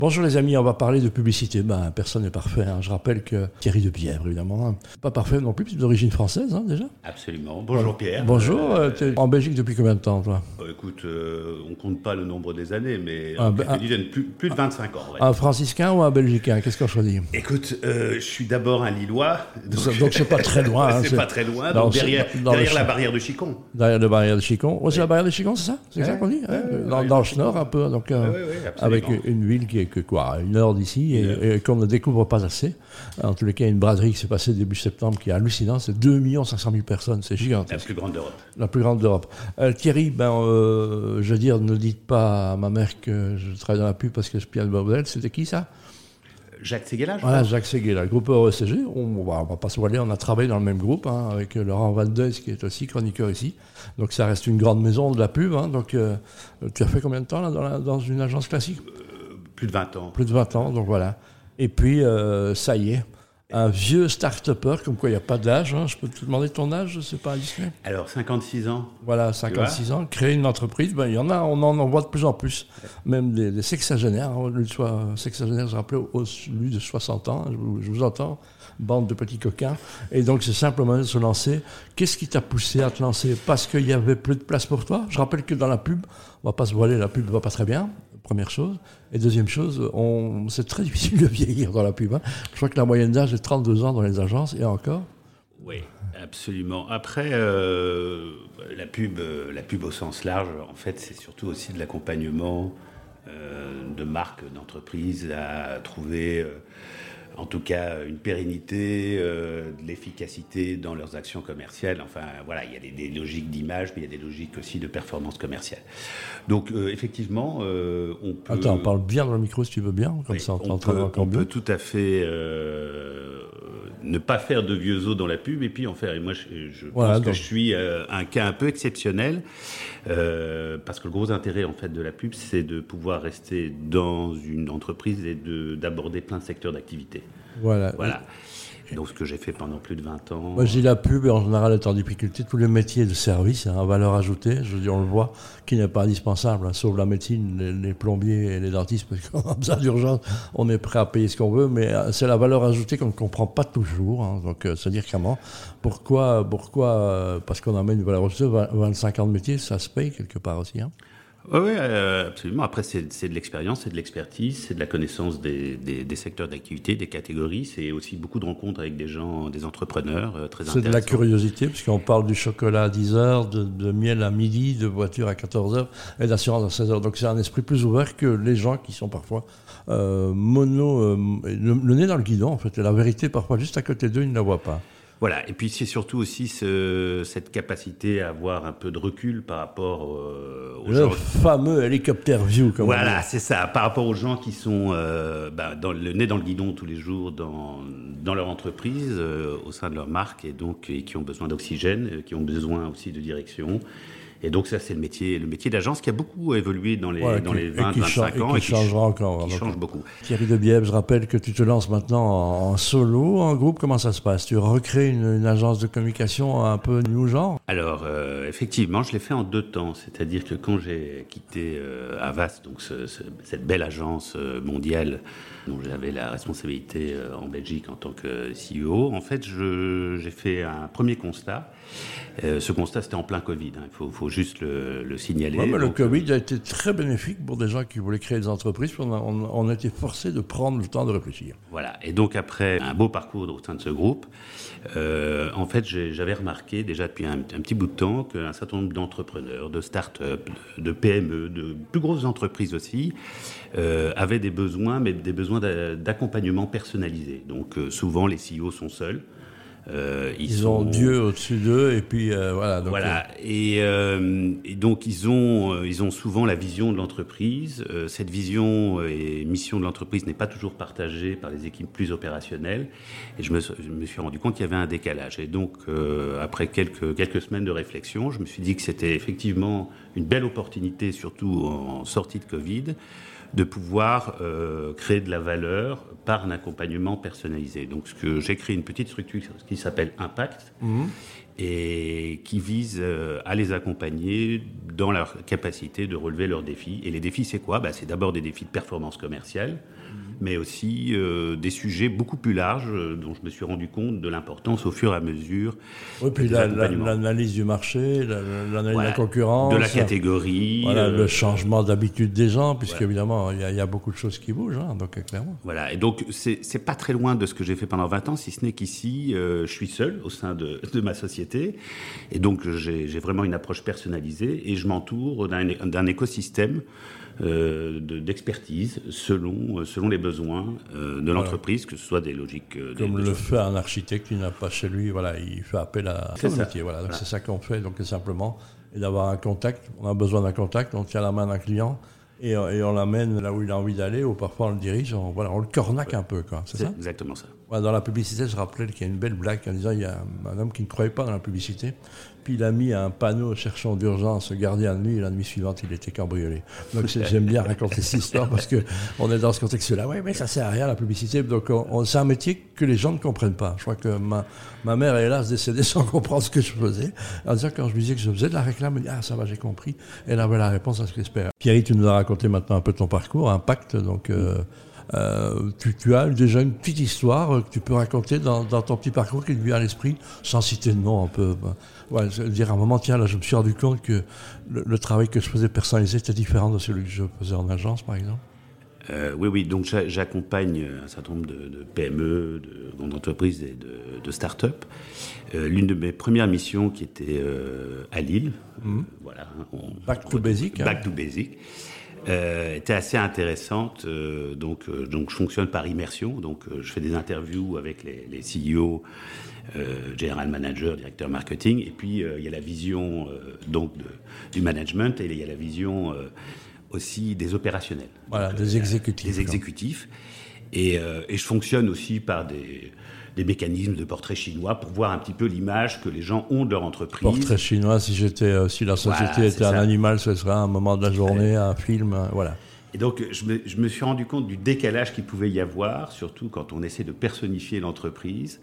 Bonjour les amis, on va parler de publicité. Personne n'est parfait. Je rappelle que Thierry de Bièvre, évidemment, pas parfait non plus, c'est d'origine française déjà. Absolument. Bonjour Pierre. Bonjour, t'es en Belgique depuis combien de temps toi? Écoute, on compte pas le nombre des années, mais quelques dizaines, plus de 25 ans. Un franciscain ou un belgicain, qu'est-ce qu'on choisit? Écoute, je suis d'abord un Lillois. Donc c'est pas très loin. C'est pas très loin, donc derrière la barrière de Chicon. Derrière la barrière de Chicon. Oui, c'est la barrière de Chicon, c'est ça? C'est ça qu'on dit? Dans le nord un peu, donc avec une ville qui est que quoi, une heure d'ici et qu'on ne découvre pas assez. En tous les cas, il y a une braderie qui s'est passée début septembre qui est hallucinante. C'est 2 500 000 personnes, c'est gigantesque. La plus grande d'Europe. La plus grande d'Europe. Thierry, je veux dire, ne dites pas à ma mère que je travaille dans la pub parce que je piane le bordel. C'était qui ça? Jacques Séguéla, je Voilà, Jacques Séguéla, le groupe ECG. On va pas se voiler, on a travaillé dans le même groupe avec Laurent Valdez qui est aussi chroniqueur ici. Donc ça reste une grande maison de la pub. Donc tu as fait combien de temps là, dans une agence classique? Plus de 20 ans. Plus de 20 ans, donc voilà. Et puis, ça y est, un vieux start-upper, comme quoi il n'y a pas d'âge. Je peux te demander ton âge, c'est pas indiscret? Alors, 56 ans. Voilà, 56 ans, créer une entreprise, il y en a, on en voit de plus en plus. Même des sexagénaires, sexagénaires, je rappelais, au-delà de 60 ans, je vous entends, bande de petits coquins. Et donc, c'est simplement de se lancer. Qu'est-ce qui t'a poussé à te lancer? Parce qu'il n'y avait plus de place pour toi? Je rappelle que dans la pub, on ne va pas se voiler, la pub ne va pas très bien. Première chose. Et deuxième chose, c'est très difficile de vieillir dans la pub. Je crois que la moyenne d'âge est 32 ans dans les agences, et encore. Oui, absolument. Après, la pub au sens large, en fait, c'est surtout aussi de l'accompagnement de marques, d'entreprises à trouver... en tout cas, une pérennité, de l'efficacité dans leurs actions commerciales. Enfin, voilà, il y a des logiques d'image, mais il y a des logiques aussi de performance commerciale. Donc, effectivement, on peut... Attends, parle bien dans le micro si tu veux bien, comme ça on peut tout à fait ne pas faire de vieux os dans la pub et puis en faire. Et moi, je pense que je suis un cas un peu exceptionnel parce que le gros intérêt en fait de la pub, c'est de pouvoir rester dans une entreprise et d'aborder plein de secteurs d'activité. Voilà. Donc, ce que j'ai fait pendant plus de 20 ans. Moi, je dis la pub, et en général, est en difficulté. Tous les métiers de service, à valeur ajoutée, je veux dire, on le voit, qui n'est pas indispensable, sauf la médecine, les plombiers et les dentistes, parce qu'on a besoin d'urgence, on est prêt à payer ce qu'on veut, mais c'est la valeur ajoutée qu'on ne comprend pas toujours. Donc, c'est-à-dire comment, pourquoi parce qu'on amène une valeur ajoutée, 25 ans de métier, ça se paye quelque part aussi. Oui, absolument. Après, c'est de l'expérience, c'est de l'expertise, c'est de la connaissance des secteurs d'activité, des catégories. C'est aussi beaucoup de rencontres avec des gens, des entrepreneurs très intéressants. C'est de la curiosité, puisqu'on parle du chocolat à 10h, de miel à midi, de voiture à 14h et d'assurance à 16h. Donc c'est un esprit plus ouvert que les gens qui sont parfois le nez dans le guidon, en fait. Et la vérité, parfois, juste à côté d'eux, ils ne la voient pas. Voilà, et puis c'est surtout aussi cette capacité à avoir un peu de recul par rapport aux gens. Le fameux hélicoptère view, comme voilà, c'est ça, par rapport aux gens qui sont dans le nez dans le guidon tous les jours dans leur entreprise, au sein de leur marque, et donc qui ont besoin d'oxygène, qui ont besoin aussi de direction. Et donc ça, c'est le métier d'agence qui a beaucoup évolué dans les 20-25 ans. Et qui changera encore. Qui change beaucoup. Thierry de Bièvre, je rappelle que tu te lances maintenant en solo, en groupe. Comment ça se passe? Tu recrées une agence de communication un peu new genre? Alors, effectivement, je l'ai fait en 2 temps. C'est-à-dire que quand j'ai quitté Havas, donc cette belle agence mondiale dont j'avais la responsabilité en Belgique en tant que CEO, en fait, j'ai fait un premier constat. Ce constat, c'était en plein Covid. Il faut juste le signaler. Ouais, mais le Covid a été très bénéfique pour des gens qui voulaient créer des entreprises. On a été forcés de prendre le temps de réfléchir. Voilà. Et donc, après un beau parcours au sein de ce groupe, en fait, j'avais remarqué déjà depuis un petit bout de temps qu'un certain nombre d'entrepreneurs, de start-up, de PME, de plus grosses entreprises aussi, avaient des besoins, mais des besoins d'accompagnement personnalisé. Donc, souvent, les CEO sont seuls. Ils ont Dieu au-dessus d'eux et puis voilà. Donc, voilà. Et donc ils ont souvent la vision de l'entreprise. Cette vision et mission de l'entreprise n'est pas toujours partagée par les équipes plus opérationnelles. Et je me suis rendu compte qu'il y avait un décalage. Et donc après quelques semaines de réflexion, je me suis dit que c'était effectivement une belle opportunité, surtout en sortie de Covid, de pouvoir créer de la valeur par un accompagnement personnalisé. Donc, j'ai créé une petite structure qui s'appelle Impact et qui vise à les accompagner dans leur capacité de relever leurs défis. Et les défis, c'est quoi ? C'est d'abord des défis de performance commerciale, mais aussi des sujets beaucoup plus larges dont je me suis rendu compte de l'importance au fur et à mesure. Oui, puis l'analyse du marché, l'analyse de la concurrence. De la catégorie. Le changement d'habitude des gens, puisqu'évidemment, il y a beaucoup de choses qui bougent, donc clairement. Voilà, et donc c'est pas très loin de ce que j'ai fait pendant 20 ans, si ce n'est qu'ici, je suis seul au sein de ma société, et donc j'ai vraiment une approche personnalisée, et je m'entoure d'un écosystème d'expertise selon les besoins de l'entreprise, que ce soit des logiques... Comme le fait un architecte qui n'a pas chez lui, il fait appel à son métier. Donc c'est ça qu'on fait, donc simplement, et d'avoir un contact. On a besoin d'un contact, on tient la main d'un client et on l'amène là où il a envie d'aller, ou parfois on le dirige, on le cornaque un peu. C'est ça ? Exactement ça. Dans la publicité, je rappelais qu'il y a une belle blague en disant il y a un homme qui ne croyait pas dans la publicité, puis il a mis un panneau cherchant d'urgence gardien de nuit, et la nuit suivante, il était cambriolé. Donc j'aime bien raconter cette histoire parce qu'on est dans ce contexte-là. Oui, mais ça sert à rien la publicité. Donc c'est un métier que les gens ne comprennent pas. Je crois que ma mère est hélas décédée sans comprendre ce que je faisais. En disant, quand je lui disais que je faisais de la réclame, elle me dit ça va, j'ai compris. Elle avait la réponse à ce qu'elle espère. Pierre, tu nous as raconté maintenant un peu ton parcours, Impact, donc... tu as déjà une petite histoire que tu peux raconter dans ton petit parcours qui te vient à l'esprit, sans citer de nom un peu. Dire à un moment, tiens, là je me suis rendu compte que le travail que je faisais personnalisé était différent de celui que je faisais en agence, par exemple. Oui, donc j'accompagne un certain nombre de PME, de grandes entreprises et de start-up. L'une de mes premières missions qui était à Lille, Back to Basic. Back to Basic. Était assez intéressante. Donc je fonctionne par immersion. Donc je fais des interviews avec les CEO, general manager, directeur marketing. Et puis il y a la vision du management et il y a la vision aussi des opérationnels. Voilà, des exécutifs. Des exécutifs. Et je fonctionne aussi par des mécanismes de portrait chinois pour voir un petit peu l'image que les gens ont de leur entreprise. Portrait chinois, si la société était un animal, ce serait un moment de la journée, un film, voilà. Et donc, je me suis rendu compte du décalage qu'il pouvait y avoir, surtout quand on essaie de personnifier l'entreprise.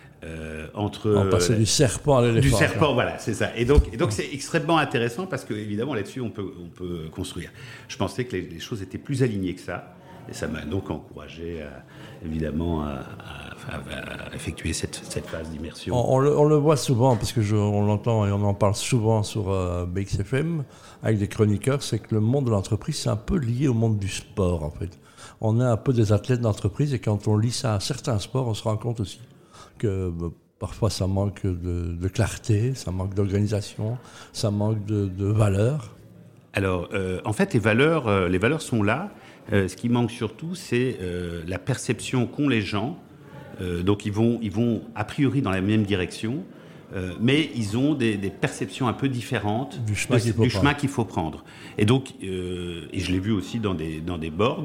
On passait du serpent à l'éléphant. Du serpent, voilà, c'est ça. Et donc c'est extrêmement intéressant parce que, évidemment, là-dessus, on peut construire. Je pensais que les choses étaient plus alignées que ça. Et ça m'a donc encouragé, évidemment, à effectuer cette phase d'immersion. On le voit souvent, parce on l'entend et on en parle souvent sur BXFM, avec des chroniqueurs, c'est que le monde de l'entreprise, c'est un peu lié au monde du sport, en fait. On est un peu des athlètes d'entreprise, et quand on lit ça à certains sports, on se rend compte aussi que parfois ça manque de clarté, ça manque d'organisation, ça manque de valeurs. Alors, en fait, les valeurs sont là. Ce qui manque surtout, c'est la perception qu'ont les gens. Donc, ils vont a priori dans la même direction, mais ils ont des perceptions un peu différentes du chemin qu'il faut prendre. Et donc, et je l'ai vu aussi dans des boards,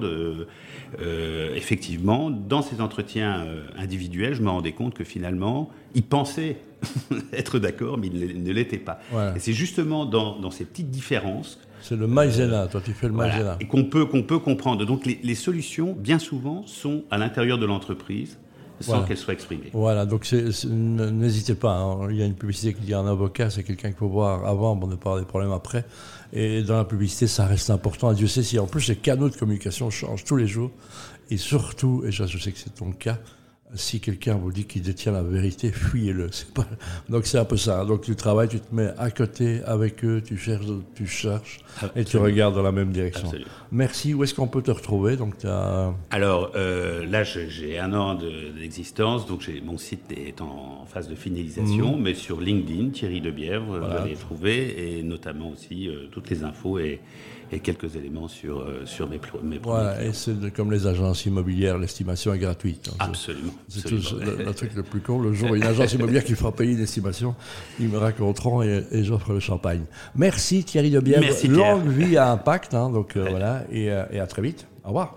effectivement, dans ces entretiens individuels, je me rendais compte que finalement, ils pensaient être d'accord, mais ils ne l'étaient pas. Voilà. Et c'est justement dans ces petites différences. C'est le maïzena, toi tu fais le maïzena. Et qu'on peut comprendre. Donc les solutions, bien souvent, sont à l'intérieur de l'entreprise, sans qu'elles soient exprimées. Voilà, donc n'hésitez pas. Il y a une publicité qui dit un avocat, c'est quelqu'un qu'il faut voir avant pour ne pas avoir des problèmes après. Et dans la publicité, ça reste important. Et Dieu sait si en plus les canaux de communication changent tous les jours. Et surtout, et je sais que c'est ton cas, si quelqu'un vous dit qu'il détient la vérité, fuyez-le. Donc c'est un peu ça. Donc tu travailles, tu te mets à côté avec eux, tu cherches et tu regardes dans la même direction. Absolument. Merci. Où est-ce qu'on peut te retrouver ? Donc, Alors là, j'ai 1 an d'existence, donc mon site est en phase de finalisation, mais sur LinkedIn, Thierry Debièvre, vous allez trouver, et notamment aussi toutes les infos et quelques éléments sur mes produits. Voilà, et c'est comme les agences immobilières, l'estimation est gratuite. Absolument. C'est le truc le plus con. Le jour où une agence immobilière qui fera payer une estimation, ils me raconteront et j'offre le champagne. Merci Thierry Debièvre. Merci Pierre. Longue vie à Impact. Donc voilà, et à très vite. Au revoir.